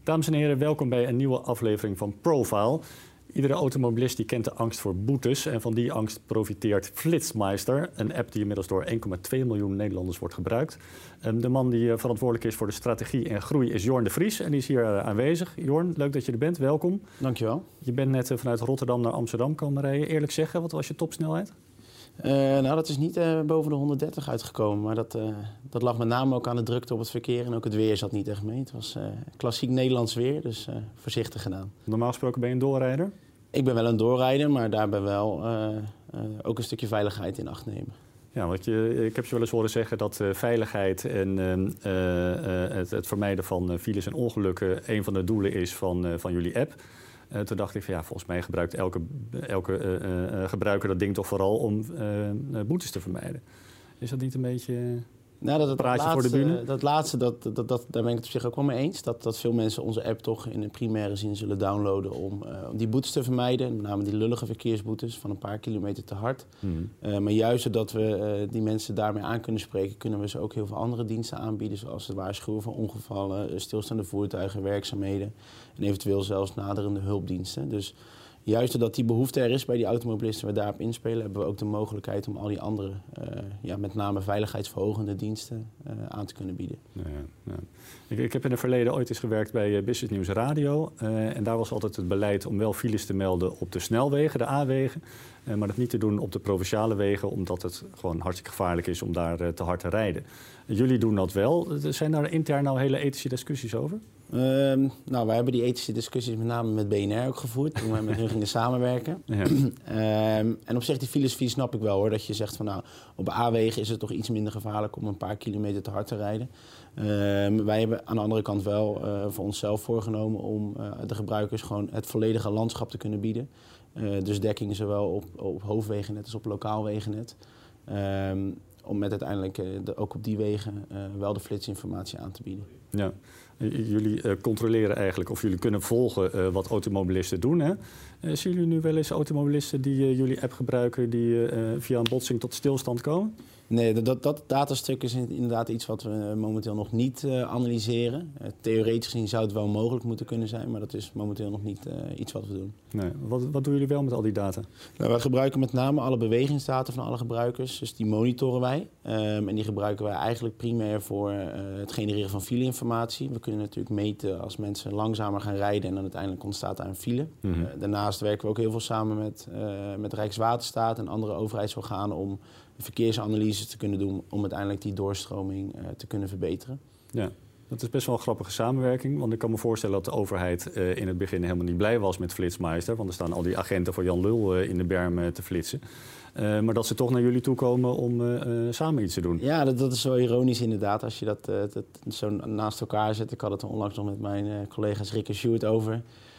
Dames en heren, welkom bij een nieuwe aflevering van Profile. Iedere automobilist die kent de angst voor boetes en van die angst profiteert Flitsmeister, een app die inmiddels door 1,2 miljoen Nederlanders wordt gebruikt. De man die verantwoordelijk is voor de strategie en groei is Jorn de Vries en die is hier aanwezig. Jorn, leuk dat je er bent, welkom. Dankjewel. Je bent net vanuit Rotterdam naar Amsterdam komen rijden. Eerlijk zeggen, wat was je topsnelheid? Dat is niet boven de 130 uitgekomen, maar dat lag met name ook aan de drukte op het verkeer en ook het weer zat niet echt mee. Het was klassiek Nederlands weer, dus voorzichtig gedaan. Normaal gesproken ben je een doorrijder? Ik ben wel een doorrijder, maar daarbij wel ook een stukje veiligheid in acht nemen. Ja, want ik heb je wel eens horen zeggen dat veiligheid en het vermijden van files en ongelukken een van de doelen is van jullie app. Toen dacht ik van ja, volgens mij gebruikt elke gebruiker dat ding toch vooral om boetes te vermijden. Is dat niet een beetje praatje voor de bühne? Dat laatste, daar ben ik het op zich ook wel mee eens. Dat veel mensen onze app toch in een primaire zin zullen downloaden om die boetes te vermijden. Met name die lullige verkeersboetes van een paar kilometer te hard. Maar juist zodat we die mensen daarmee aan kunnen spreken, kunnen we ze ook heel veel andere diensten aanbieden. Zoals het waarschuwen voor ongevallen, stilstaande voertuigen, werkzaamheden en eventueel zelfs naderende hulpdiensten. Dus juist doordat die behoefte er is bij die automobilisten, we daarop inspelen, hebben we ook de mogelijkheid om al die andere, met name veiligheidsverhogende diensten aan te kunnen bieden. Ja. Ik heb in het verleden ooit eens gewerkt bij Business News Radio. En daar was altijd het beleid om wel files te melden op de snelwegen, de A-wegen. Maar dat niet te doen op de provinciale wegen, omdat het gewoon hartstikke gevaarlijk is om daar te hard te rijden. Jullie doen dat wel. Zijn daar intern nou hele ethische discussies over? Wij hebben die ethische discussies met name met BNR ook gevoerd, toen wij met hun gingen samenwerken. Ja. En op zich, die filosofie snap ik wel hoor, dat je zegt van op A-wegen is het toch iets minder gevaarlijk om een paar kilometer te hard te rijden. Wij hebben aan de andere kant wel voor onszelf voorgenomen om de gebruikers gewoon het volledige landschap te kunnen bieden. Dus dekking zowel op hoofdwegen net als op lokaalwegen net. Om met uiteindelijk ook op die wegen wel de flitsinformatie aan te bieden. Ja, jullie controleren eigenlijk of jullie kunnen volgen wat automobilisten doen. Hè? Zien jullie nu wel eens automobilisten die jullie app gebruiken die via een botsing tot stilstand komen? Nee, dat datastuk is inderdaad iets wat we momenteel nog niet analyseren. Theoretisch gezien zou het wel mogelijk moeten kunnen zijn, maar dat is momenteel nog niet iets wat we doen. Nee. Wat doen jullie wel met al die data? Wij gebruiken met name alle bewegingsdata van alle gebruikers, dus die monitoren wij. En die gebruiken wij eigenlijk primair voor het genereren van fileinformatie. We kunnen natuurlijk meten als mensen langzamer gaan rijden en dan uiteindelijk ontstaat daar een file. Daarnaast werken we ook heel veel samen met Rijkswaterstaat en andere overheidsorganen om verkeersanalyses te kunnen doen om uiteindelijk die doorstroming te kunnen verbeteren. Ja, dat is best wel een grappige samenwerking. Want ik kan me voorstellen dat de overheid in het begin helemaal niet blij was met Flitsmeister. Want er staan al die agenten voor Jan Lul in de berm te flitsen. Maar dat ze toch naar jullie toe komen om samen iets te doen. Ja, dat is wel ironisch inderdaad als je dat zo naast elkaar zet. Ik had het onlangs nog met mijn collega's Rick en Sjoerd over.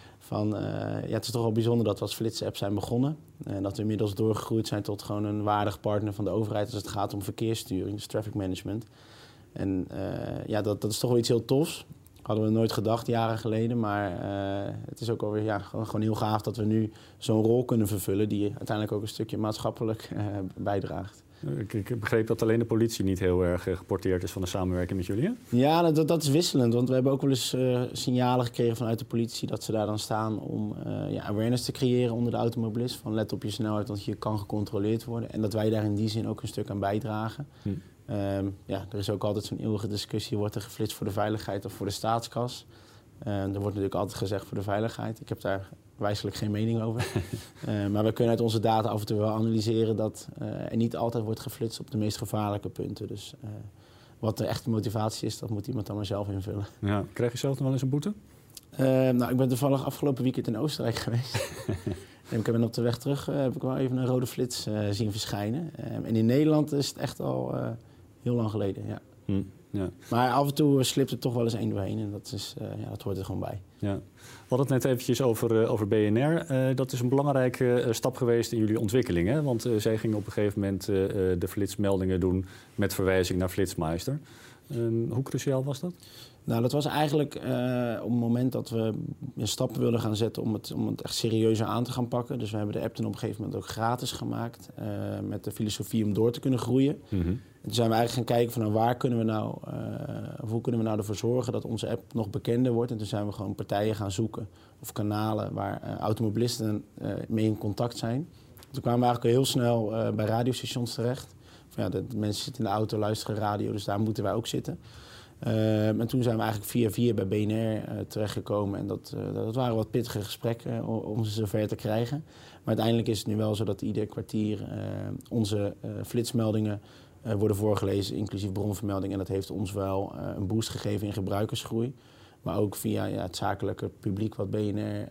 Het is toch wel bijzonder dat we als Flits-app zijn begonnen. En dat we inmiddels doorgegroeid zijn tot gewoon een waardig partner van de overheid als het gaat om verkeerssturing, dus traffic management. En dat is toch wel iets heel tofs. Hadden we nooit gedacht jaren geleden, maar het is ook alweer gewoon heel gaaf dat we nu zo'n rol kunnen vervullen die uiteindelijk ook een stukje maatschappelijk bijdraagt. Ik begreep dat alleen de politie niet heel erg geporteerd is van de samenwerking met jullie, hè? Ja, dat is wisselend. Want we hebben ook wel eens signalen gekregen vanuit de politie dat ze daar dan staan om awareness te creëren onder de automobilist. Van let op je snelheid, want je kan gecontroleerd worden. En dat wij daar in die zin ook een stuk aan bijdragen. Er is ook altijd zo'n eeuwige discussie, wordt er geflitst voor de veiligheid of voor de staatskas? Er wordt natuurlijk altijd gezegd voor de veiligheid. Ik heb daar wijselijk geen mening over. Maar we kunnen uit onze data af en toe wel analyseren dat er niet altijd wordt geflitst op de meest gevaarlijke punten. Dus wat de echte motivatie is, dat moet iemand dan maar zelf invullen. Ja, krijg je zelf nog wel eens een boete? Ik ben toevallig afgelopen weekend in Oostenrijk geweest. En ik heb op de weg terug heb ik wel even een rode flits zien verschijnen. En in Nederland is het echt al heel lang geleden, ja. Ja. Maar af en toe slipt er toch wel eens één doorheen en dat hoort er gewoon bij. Ja. We hadden het net eventjes over BNR. Dat is een belangrijke stap geweest in jullie ontwikkeling. Hè? Want zij gingen op een gegeven moment de flitsmeldingen doen met verwijzing naar Flitsmeister. Hoe cruciaal was dat? Nou, dat was eigenlijk op het moment dat we stappen wilden gaan zetten om het echt serieuzer aan te gaan pakken. Dus we hebben de app toen op een gegeven moment ook gratis gemaakt. Met de filosofie om door te kunnen groeien. Mm-hmm. En toen zijn we eigenlijk gaan kijken van waar kunnen we nou, of hoe kunnen we nou ervoor zorgen dat onze app nog bekender wordt. En toen zijn we gewoon partijen gaan zoeken of kanalen waar automobilisten mee in contact zijn. Toen kwamen we eigenlijk heel snel bij radiostations terecht. Van, ja, de mensen zitten in de auto, luisteren radio, dus daar moeten wij ook zitten. En toen zijn we eigenlijk via bij BNR terechtgekomen. En dat waren wat pittige gesprekken om ze zover te krijgen. Maar uiteindelijk is het nu wel zo dat ieder kwartier onze flitsmeldingen worden voorgelezen, inclusief bronvermelding. En dat heeft ons wel een boost gegeven in gebruikersgroei. Maar ook via het zakelijke publiek wat BNR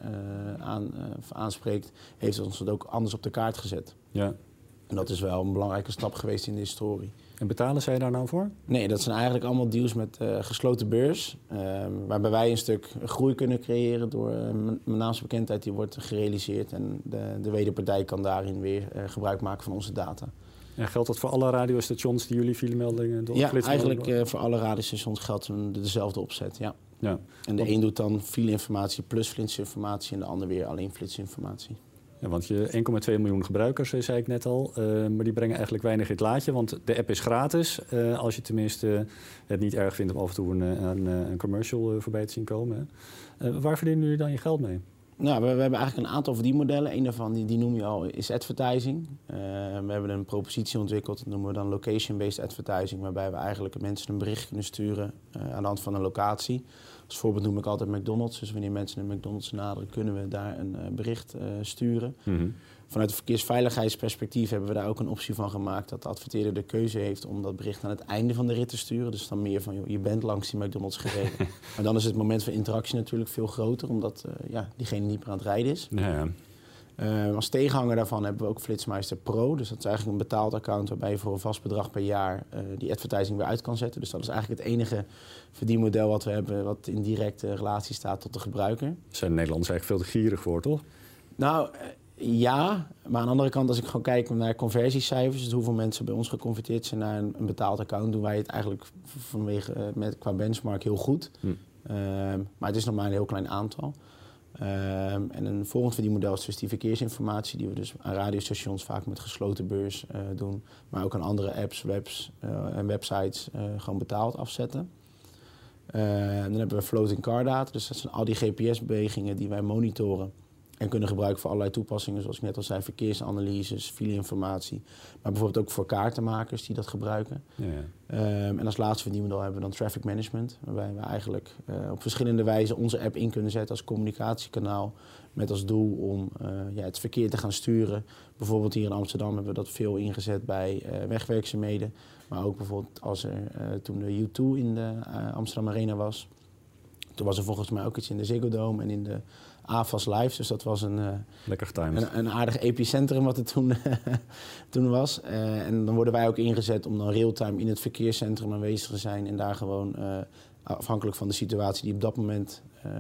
aanspreekt, heeft ons dat ook anders op de kaart gezet. Ja. En dat is wel een belangrijke stap geweest in de historie. En betalen zij daar nou voor? Nee, dat zijn eigenlijk allemaal deals met gesloten beurs. Waarbij wij een stuk groei kunnen creëren door mijn naamsbekendheid die wordt gerealiseerd. En de wederpartij kan daarin weer gebruik maken van onze data. En geldt dat voor alle radiostations die jullie filemeldingen door? Ja, eigenlijk voor alle radiostations geldt dezelfde opzet, ja. Ja. En de een doet dan fileinformatie plus flitsinformatie en de ander weer alleen flitsinformatie. Ja, want je 1,2 miljoen gebruikers, zei ik net al, maar die brengen eigenlijk weinig in het laadje. Want de app is gratis, als je tenminste het niet erg vindt om af en toe een commercial voorbij te zien komen. Waar verdienen jullie dan je geld mee? Nou, we hebben eigenlijk een aantal verdienmodellen. Een daarvan, die noem je al, is advertising. We hebben een propositie ontwikkeld, dat noemen we dan location-based advertising, waarbij we eigenlijk mensen een bericht kunnen sturen aan de hand van een locatie. Als voorbeeld noem ik altijd McDonald's. Dus wanneer mensen een McDonald's naderen, kunnen we daar een bericht sturen. Mm-hmm. Vanuit een verkeersveiligheidsperspectief hebben we daar ook een optie van gemaakt dat de adverteerder de keuze heeft om dat bericht aan het einde van de rit te sturen. Dus dan meer van, joh, je bent langs die McDonald's gereden. Maar dan is het moment van interactie natuurlijk veel groter, omdat diegene niet meer aan het rijden is. Ja. Als tegenhanger daarvan hebben we ook Flitsmeister Pro. Dus dat is eigenlijk een betaald account waarbij je voor een vast bedrag per jaar die advertising weer uit kan zetten. Dus dat is eigenlijk het enige verdienmodel wat we hebben wat in directe relatie staat tot de gebruiker. Zijn de Nederlanders eigenlijk veel te gierig voor, toch? Nou, ja. Maar aan de andere kant, als ik gewoon kijk naar conversiecijfers, dus hoeveel mensen bij ons geconverteerd zijn naar een betaald account, doen wij het eigenlijk qua benchmark heel goed. Maar het is nog maar een heel klein aantal. En een volgend verdienmodel is dus die verkeersinformatie die we dus aan radiostations vaak met gesloten beurs doen. Maar ook aan andere apps, webs en websites gewoon betaald afzetten. Dan hebben we floating car data, dus dat zijn al die GPS-bewegingen die wij monitoren en kunnen gebruiken voor allerlei toepassingen, zoals ik net al zei, verkeersanalyses, fileinformatie. Maar bijvoorbeeld ook voor kaartenmakers die dat gebruiken. Ja. En als laatste verdienmodel hebben we dan traffic management, waarbij we eigenlijk op verschillende wijzen onze app in kunnen zetten als communicatiekanaal met als doel om het verkeer te gaan sturen. Bijvoorbeeld hier in Amsterdam hebben we dat veel ingezet bij wegwerkzaamheden. Maar ook bijvoorbeeld als er toen de U2 in de Amsterdam Arena was. Toen was er volgens mij ook iets in de Ziggo Dome en in de AFAS Live. Dus dat was een aardig epicentrum wat er toen was. En dan worden wij ook ingezet om dan real-time in het verkeerscentrum aanwezig te zijn. En daar gewoon afhankelijk van de situatie die op dat moment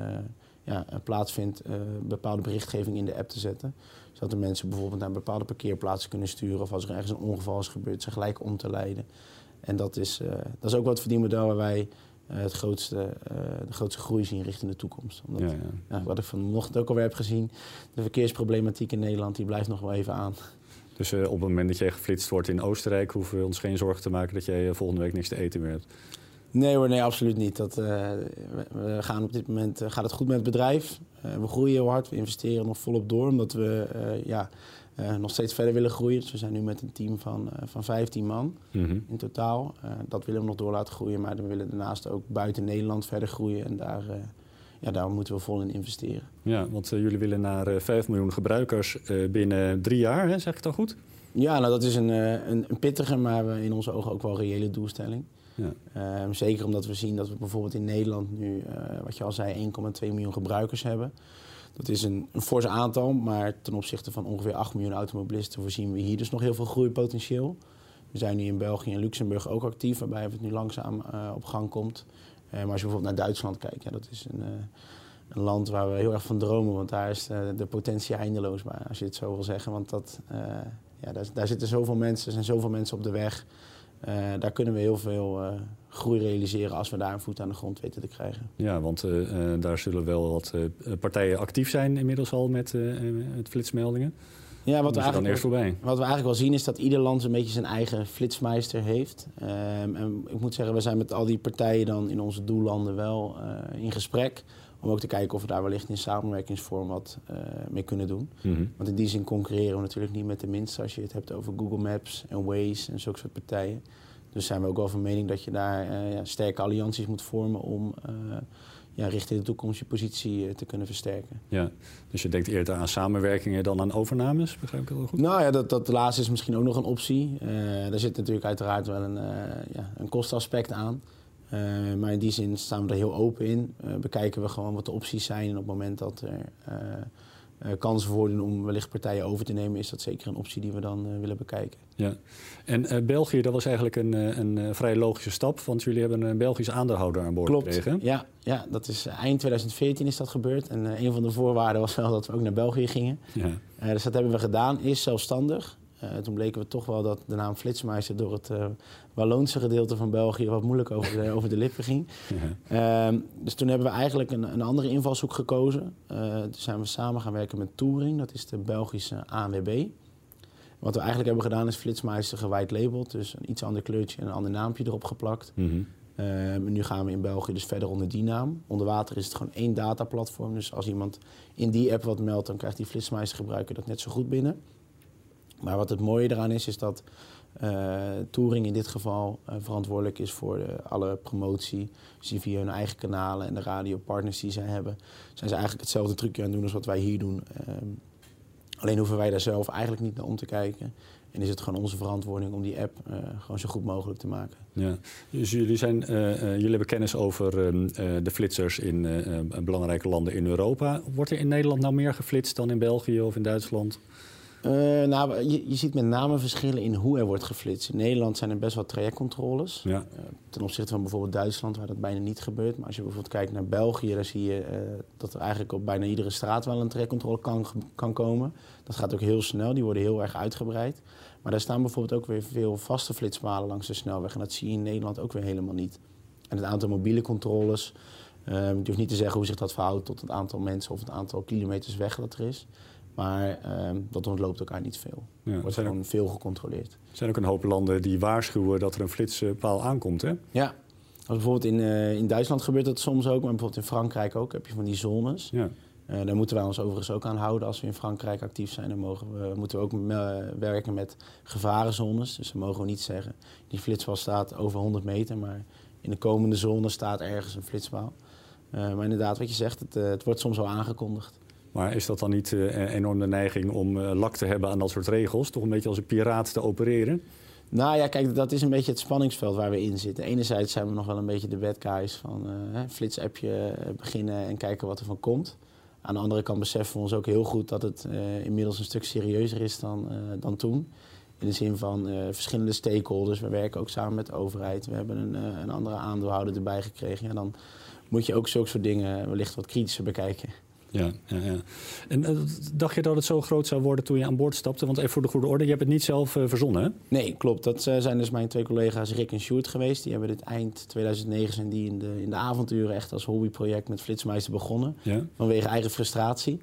plaatsvindt, bepaalde berichtgeving in de app te zetten. Zodat de mensen bijvoorbeeld naar bepaalde parkeerplaatsen kunnen sturen. Of als er ergens een ongeval is gebeurd, ze gelijk om te leiden. En dat is ook wat verdienmodel waar wij de grootste groei zien richting de toekomst. Omdat, wat ik vanochtend ook alweer heb gezien, de verkeersproblematiek in Nederland die blijft nog wel even aan. Dus op het moment dat jij geflitst wordt in Oostenrijk, hoeven we ons geen zorgen te maken dat jij volgende week niks te eten meer hebt? Nee hoor, nee, absoluut niet. We gaan op dit moment gaat het goed met het bedrijf. We groeien heel hard, we investeren nog volop door, omdat we nog steeds verder willen groeien. Dus we zijn nu met een team van 15 man in totaal. Dat willen we nog door laten groeien, maar we willen daarnaast ook buiten Nederland verder groeien. En daar moeten we vol in investeren. Ja, want jullie willen naar 5 miljoen gebruikers binnen 3 jaar, hè? Zeg ik het al goed? Ja, nou dat is een pittige, maar in onze ogen ook wel reële doelstelling. Ja. Zeker omdat we zien dat we bijvoorbeeld in Nederland nu, wat je al zei, 1,2 miljoen gebruikers hebben. Dat is een fors aantal, maar ten opzichte van ongeveer 8 miljoen automobilisten voorzien we hier dus nog heel veel groeipotentieel. We zijn nu in België en Luxemburg ook actief, waarbij het nu langzaam op gang komt. Maar als je bijvoorbeeld naar Duitsland kijkt, dat is een land waar we heel erg van dromen, want daar is de potentie eindeloos, als je het zo wil zeggen. Want daar zitten zoveel mensen, er zijn zoveel mensen op de weg. Daar kunnen we heel veel groei realiseren als we daar een voet aan de grond weten te krijgen. Ja, want daar zullen wel wat partijen actief zijn inmiddels al met flitsmeldingen. Ja, wat we eigenlijk wel zien is dat ieder land een beetje zijn eigen flitsmeister heeft. En ik moet zeggen, we zijn met al die partijen dan in onze doellanden wel in gesprek. Om ook te kijken of we daar wellicht in samenwerkingsvorm wat mee kunnen doen. Mm-hmm. Want in die zin concurreren we natuurlijk niet met de minste als je het hebt over Google Maps en Waze en zulke soort partijen. Dus zijn we ook wel van mening dat je daar sterke allianties moet vormen om richting de toekomst je positie te kunnen versterken. Ja, dus je denkt eerder aan samenwerkingen dan aan overnames, begrijp ik heel goed? Nou ja, dat laatste is misschien ook nog een optie. Daar zit natuurlijk uiteraard wel een kostenaspect aan. Maar in die zin staan we er heel open in. Bekijken we gewoon wat de opties zijn. En op het moment dat er kansen voordoen om wellicht partijen over te nemen, is dat zeker een optie die we dan willen bekijken. Ja. En België, dat was eigenlijk een vrij logische stap, want jullie hebben een Belgische aandeelhouder aan boord gekregen. Ja, dat is eind 2014 is dat gebeurd. En een van de voorwaarden was wel dat we ook naar België gingen. Ja. Dus dat hebben we gedaan, eerst zelfstandig. Toen bleken we toch wel dat de naam Flitsmeister door het Walloonse gedeelte van België wat moeilijk over de lippen ging. Ja. Dus toen hebben we eigenlijk een andere invalshoek gekozen. Toen zijn we samen gaan werken met Touring, dat is de Belgische ANWB. Wat we eigenlijk hebben gedaan is Flitsmeister gewide labeled, dus een iets ander kleurtje en een ander naampje erop geplakt. Mm-hmm. Nu gaan we in België dus verder onder die naam. Onder water is het gewoon één dataplatform. Dus als iemand in die app wat meldt, dan krijgt die Flitsmeister gebruiker dat net zo goed binnen. Maar wat het mooie eraan is dat Touring in dit geval verantwoordelijk is voor alle promotie. Dus via hun eigen kanalen en de radiopartners die zij hebben, zijn ze eigenlijk hetzelfde trucje aan het doen als wat wij hier doen. Alleen hoeven wij daar zelf eigenlijk niet naar om te kijken. En is het gewoon onze verantwoording om die app gewoon zo goed mogelijk te maken. Ja. Dus jullie hebben kennis over de flitsers in belangrijke landen in Europa. Wordt er in Nederland nou meer geflitst dan in België of in Duitsland? Je ziet met name verschillen in hoe er wordt geflitst. In Nederland zijn er best wel trajectcontroles. Ja. Ten opzichte van bijvoorbeeld Duitsland, waar dat bijna niet gebeurt. Maar als je bijvoorbeeld kijkt naar België, dan zie je dat er eigenlijk op bijna iedere straat wel een trajectcontrole kan komen. Dat gaat ook heel snel, die worden heel erg uitgebreid. Maar daar staan bijvoorbeeld ook weer veel vaste flitspalen langs de snelweg. En dat zie je in Nederland ook weer helemaal niet. En het aantal mobiele controles, ik durf niet te zeggen hoe zich dat verhoudt tot het aantal mensen of het aantal kilometers weg dat er is. Maar dat ontloopt elkaar niet veel. Er wordt gewoon veel gecontroleerd. Er zijn ook een hoop landen die waarschuwen dat er een flitspaal aankomt, hè? Ja. Als bijvoorbeeld in Duitsland gebeurt dat soms ook, maar bijvoorbeeld in Frankrijk ook heb je van die zones. Ja. Daar moeten wij ons overigens ook aan houden. Als we in Frankrijk actief zijn, dan moeten we ook werken met gevarenzones. Dus dan mogen we niet zeggen, die flitspaal staat over 100 meter, maar in de komende zone staat ergens een flitspaal. Maar inderdaad, wat je zegt, het wordt soms wel aangekondigd. Maar is dat dan niet een enorme neiging om lak te hebben aan dat soort regels? Toch een beetje als een piraat te opereren? Nou ja, kijk, dat is een beetje het spanningsveld waar we in zitten. Enerzijds zijn we nog wel een beetje de bad guys van flitsappje beginnen en kijken wat er van komt. Aan de andere kant beseffen we ons ook heel goed dat het inmiddels een stuk serieuzer is dan toen. In de zin van verschillende stakeholders. We werken ook samen met de overheid. We hebben een andere aandeelhouder erbij gekregen. Ja, dan moet je ook zulke soort dingen wellicht wat kritischer bekijken. Ja. En dacht je dat het zo groot zou worden toen je aan boord stapte? Want even voor de goede orde, je hebt het niet zelf verzonnen, hè? Nee, klopt. Dat zijn dus mijn twee collega's Rick en Sjoerd geweest. Die hebben dit eind 2009 zijn die in de avonturen echt als hobbyproject met Flitsmeister begonnen. Ja. Vanwege eigen frustratie.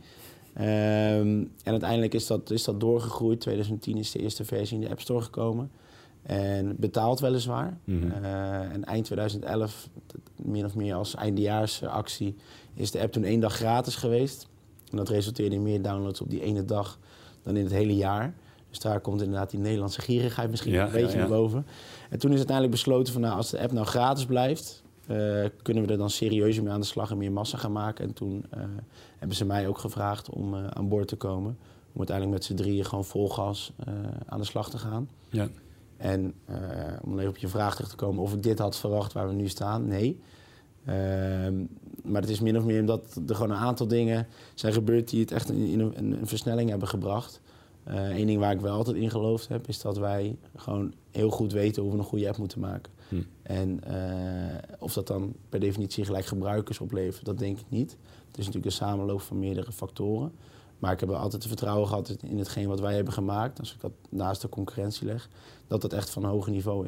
En uiteindelijk is dat doorgegroeid. 2010 is de eerste versie in de App Store gekomen. En betaald weliswaar. Mm-hmm. En eind 2011, min of meer als eindejaarsactie, is de app toen 1 dag gratis geweest. En dat resulteerde in meer downloads op die ene dag dan in het hele jaar. Dus daar komt inderdaad die Nederlandse gierigheid misschien een beetje naar boven. En toen is uiteindelijk besloten van als de app nou gratis blijft, kunnen we er dan serieuzer mee aan de slag en meer massa gaan maken. En toen hebben ze mij ook gevraagd om aan boord te komen. Om uiteindelijk met z'n drieën gewoon vol gas aan de slag te gaan. Ja. En om even op je vraag terug te komen of ik dit had verwacht waar we nu staan, nee. Maar het is min of meer omdat er gewoon een aantal dingen zijn gebeurd die het echt in een versnelling hebben gebracht. Eén ding waar ik wel altijd in geloofd heb, is dat wij gewoon heel goed weten hoe we een goede app moeten maken. En of dat dan per definitie gelijk gebruikers oplevert, dat denk ik niet. Het is natuurlijk een samenloop van meerdere factoren. Maar ik heb altijd vertrouwen gehad in hetgeen wat wij hebben gemaakt, als ik dat naast de concurrentie leg, dat dat echt van een hoger niveau is.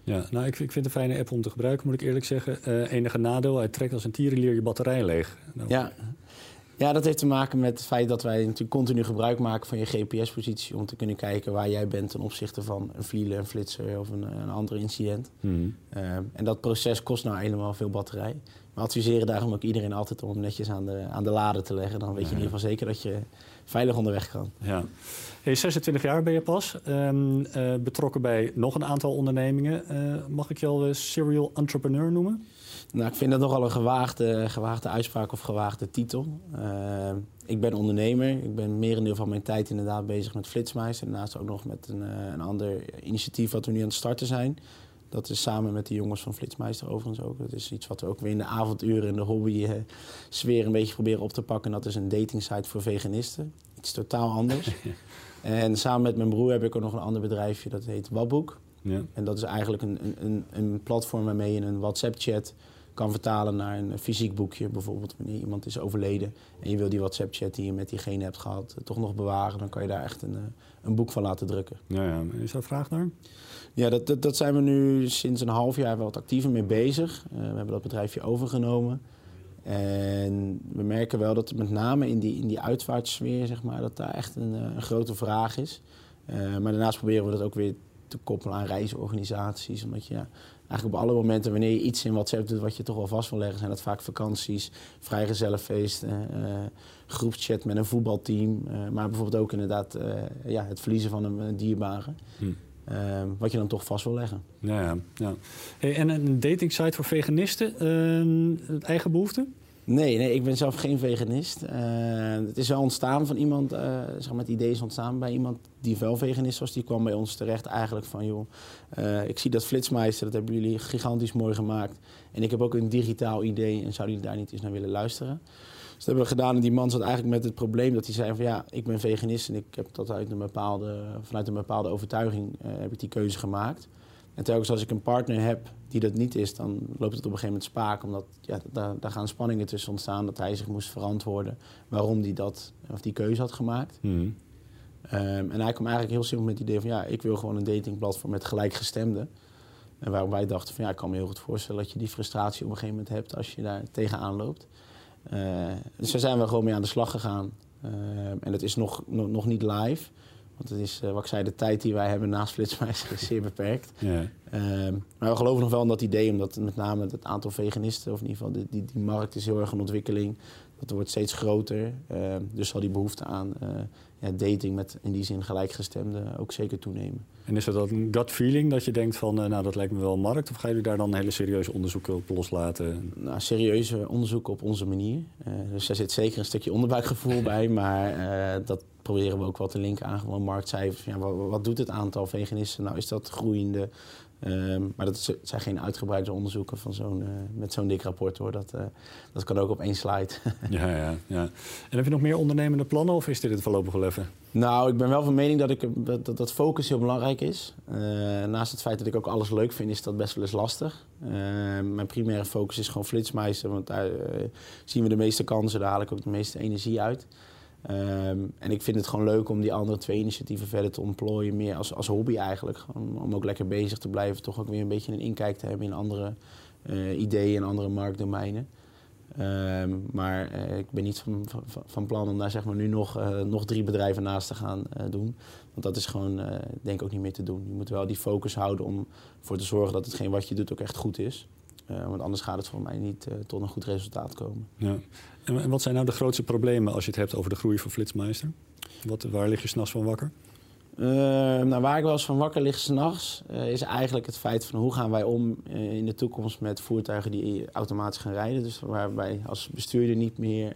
Ja, nou, ik vind het een fijne app om te gebruiken, moet ik eerlijk zeggen. Enige nadeel, hij trekt als een tierenlier je batterij leeg. Nou, Ja, dat heeft te maken met het feit dat wij natuurlijk continu gebruik maken van je GPS-positie om te kunnen kijken waar jij bent ten opzichte van een file, een flitser of een ander incident. En dat proces kost nou helemaal veel batterij. We adviseren daarom ook iedereen altijd om hem netjes aan de lader te leggen. Dan weet je in ieder geval zeker dat je veilig onderweg kan. Ja. Hey, 26 jaar ben je pas. Betrokken bij nog een aantal ondernemingen. Mag ik je al serial entrepreneur noemen? Nou, ik vind dat nogal een gewaagde uitspraak of gewaagde titel. Ik ben ondernemer. Ik ben merendeel van mijn tijd inderdaad bezig met Flitsmeister. Daarnaast ook nog met een ander initiatief wat we nu aan het starten zijn. Dat is samen met de jongens van Flitsmeister overigens ook. Dat is iets wat we ook weer in de avonduren in de hobby-sfeer een beetje proberen op te pakken. Dat is een datingsite voor veganisten. Iets totaal anders. En samen met mijn broer heb ik ook nog een ander bedrijfje, dat heet Wabboek. Ja. En dat is eigenlijk een platform waarmee je een WhatsApp-chat kan vertalen naar een fysiek boekje. Bijvoorbeeld wanneer iemand is overleden en je wil die WhatsApp-chat die je met diegene hebt gehad toch nog bewaren. Dan kan je daar echt een boek van laten drukken. Ja. Is daar vraag naar? Ja, dat zijn we nu sinds een half jaar wel wat actiever mee bezig. We hebben dat bedrijfje overgenomen. En we merken wel dat met name in die uitvaartsfeer, zeg maar, dat daar echt een grote vraag is. Maar daarnaast proberen we dat ook weer te koppelen aan reisorganisaties. Omdat je eigenlijk op alle momenten, wanneer je iets in WhatsApp doet wat je toch wel vast wil leggen, zijn dat vaak vakanties, vrijgezellenfeesten, groepschat met een voetbalteam. Maar bijvoorbeeld ook inderdaad het verliezen van een dierbare. Wat je dan toch vast wil leggen. Ja. Hey, en een datingsite voor veganisten, eigen behoefte? Nee, ik ben zelf geen veganist. Het is wel ontstaan van iemand, zeg maar het idee is ontstaan bij iemand die wel veganist was. Die kwam bij ons terecht eigenlijk van, joh, ik zie dat Flitsmeister, dat hebben jullie gigantisch mooi gemaakt. En ik heb ook een digitaal idee en zou jullie daar niet eens naar willen luisteren? Dus dat hebben we gedaan en die man zat eigenlijk met het probleem dat hij zei van ja, ik ben veganist en ik heb dat vanuit een bepaalde overtuiging heb ik die keuze gemaakt. En telkens als ik een partner heb die dat niet is, dan loopt het op een gegeven moment spaak. Omdat daar gaan spanningen tussen ontstaan. Dat hij zich moest verantwoorden waarom hij die keuze had gemaakt. En hij kwam eigenlijk heel simpel met het idee van ja, ik wil gewoon een datingplatform met gelijkgestemden. En waarom wij dachten van ja, ik kan me heel goed voorstellen dat je die frustratie op een gegeven moment hebt als je daar tegenaan loopt. Dus daar zijn we gewoon mee aan de slag gegaan. En dat is nog niet live. Want het is, wat ik zei, de tijd die wij hebben naast Flitsmeister is zeer beperkt. Ja. Maar we geloven nog wel in dat idee, omdat met name het aantal veganisten, of in ieder geval die markt is heel erg in ontwikkeling. Dat wordt steeds groter. Dus zal die behoefte aan dating met in die zin gelijkgestemden ook zeker toenemen. En is dat een gut feeling dat je denkt van, nou dat lijkt me wel een markt? Of ga je daar dan hele serieuze onderzoeken op loslaten? Nou, serieuze onderzoeken op onze manier. Dus daar zit zeker een stukje onderbuikgevoel bij, maar dat proberen we ook wel te linken aan gewoon marktcijfers. Ja, wat doet het aantal veganisten? Nou, is dat groeiende? Maar dat zijn geen uitgebreide onderzoeken van met zo'n dik rapport, hoor. Dat kan ook op één slide. Ja. En heb je nog meer ondernemende plannen of is dit het voorlopige leven? Nou, ik ben wel van mening dat focus heel belangrijk is. Naast het feit dat ik ook alles leuk vind, is dat best wel eens lastig. Mijn primaire focus is gewoon Flitsmeister, want daar zien we de meeste kansen. Daar haal ik ook de meeste energie uit. En ik vind het gewoon leuk om die andere 2 initiatieven verder te ontplooien. Meer als hobby eigenlijk. Gewoon om ook lekker bezig te blijven. Toch ook weer een beetje een inkijk te hebben in andere ideeën en andere marktdomeinen. Maar ik ben niet van plan om daar zeg maar nu nog 3 bedrijven naast te gaan doen. Want dat is gewoon denk ik ook niet meer te doen. Je moet wel die focus houden om ervoor te zorgen dat hetgeen wat je doet ook echt goed is. Want anders gaat het voor mij niet tot een goed resultaat komen. Ja. En wat zijn nou de grootste problemen als je het hebt over de groei van Flitsmeister? Waar lig je 's nachts van wakker? Waar ik wel eens van wakker lig 's nachts is eigenlijk het feit van hoe gaan wij om in de toekomst met voertuigen die automatisch gaan rijden. Dus waar wij als bestuurder niet meer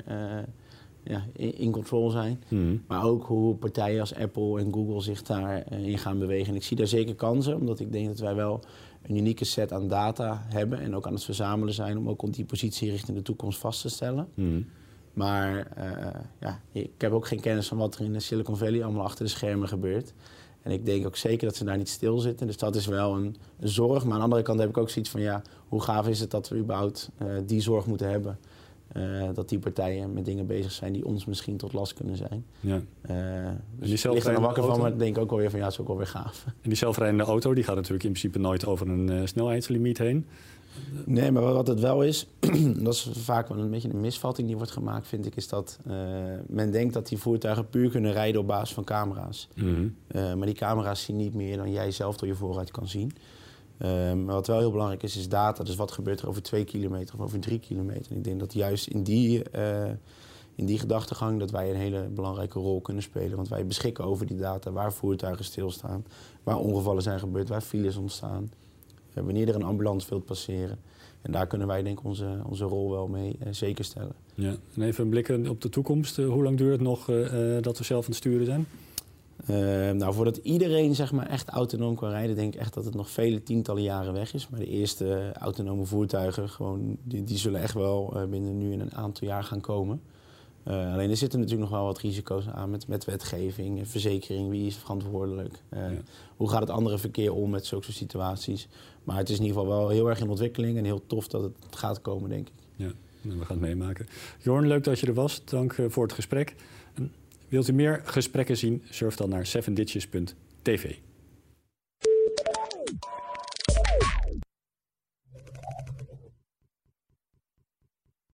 in control zijn. Maar ook hoe partijen als Apple en Google zich daarin gaan bewegen. En ik zie daar zeker kansen, omdat ik denk dat wij wel een unieke set aan data hebben en ook aan het verzamelen zijn om ook die positie richting de toekomst vast te stellen. Maar ik heb ook geen kennis van wat er in Silicon Valley allemaal achter de schermen gebeurt. En ik denk ook zeker dat ze daar niet stilzitten. Dus dat is wel een zorg. Maar aan de andere kant heb ik ook zoiets van, hoe gaaf is het dat we überhaupt die zorg moeten hebben. dat die partijen met dingen bezig zijn die ons misschien tot last kunnen zijn. Ja. Dus ik lig er wakker van, maar denk ook alweer van dat is ook alweer gaaf. En die zelfrijdende auto die gaat natuurlijk in principe nooit over een snelheidslimiet heen. Nee, maar wat het wel is, dat is vaak wel een beetje een misvatting die wordt gemaakt, vind ik, is dat men denkt dat die voertuigen puur kunnen rijden op basis van camera's. Mm-hmm. Maar die camera's zien niet meer dan jij zelf door je voorruit kan zien. Maar wat wel heel belangrijk is data. Dus wat gebeurt er over 2 kilometer of over 3 kilometer? En ik denk dat juist in die gedachtegang dat wij een hele belangrijke rol kunnen spelen. Want wij beschikken over die data, waar voertuigen stilstaan, waar ongevallen zijn gebeurd, waar files ontstaan. Wanneer er een ambulance wilt passeren. En daar kunnen wij denk ik onze rol wel mee zeker stellen. Ja. En even een blik op de toekomst. Hoe lang duurt het nog dat we zelf aan het sturen zijn? Voordat iedereen zeg maar, echt autonoom kan rijden, denk ik echt dat het nog vele tientallen jaren weg is. Maar de eerste autonome voertuigen, gewoon, die zullen echt wel binnen nu in een aantal jaar gaan komen. Alleen er zitten natuurlijk nog wel wat risico's aan met wetgeving, verzekering, wie is verantwoordelijk. Hoe gaat het andere verkeer om met zulke situaties. Maar het is in ieder geval wel heel erg in ontwikkeling en heel tof dat het gaat komen, denk ik. Ja, we gaan het meemaken. Jorn, leuk dat je er was. Dank voor het gesprek. En wilt u meer gesprekken zien? Surf dan naar 7ditches.tv.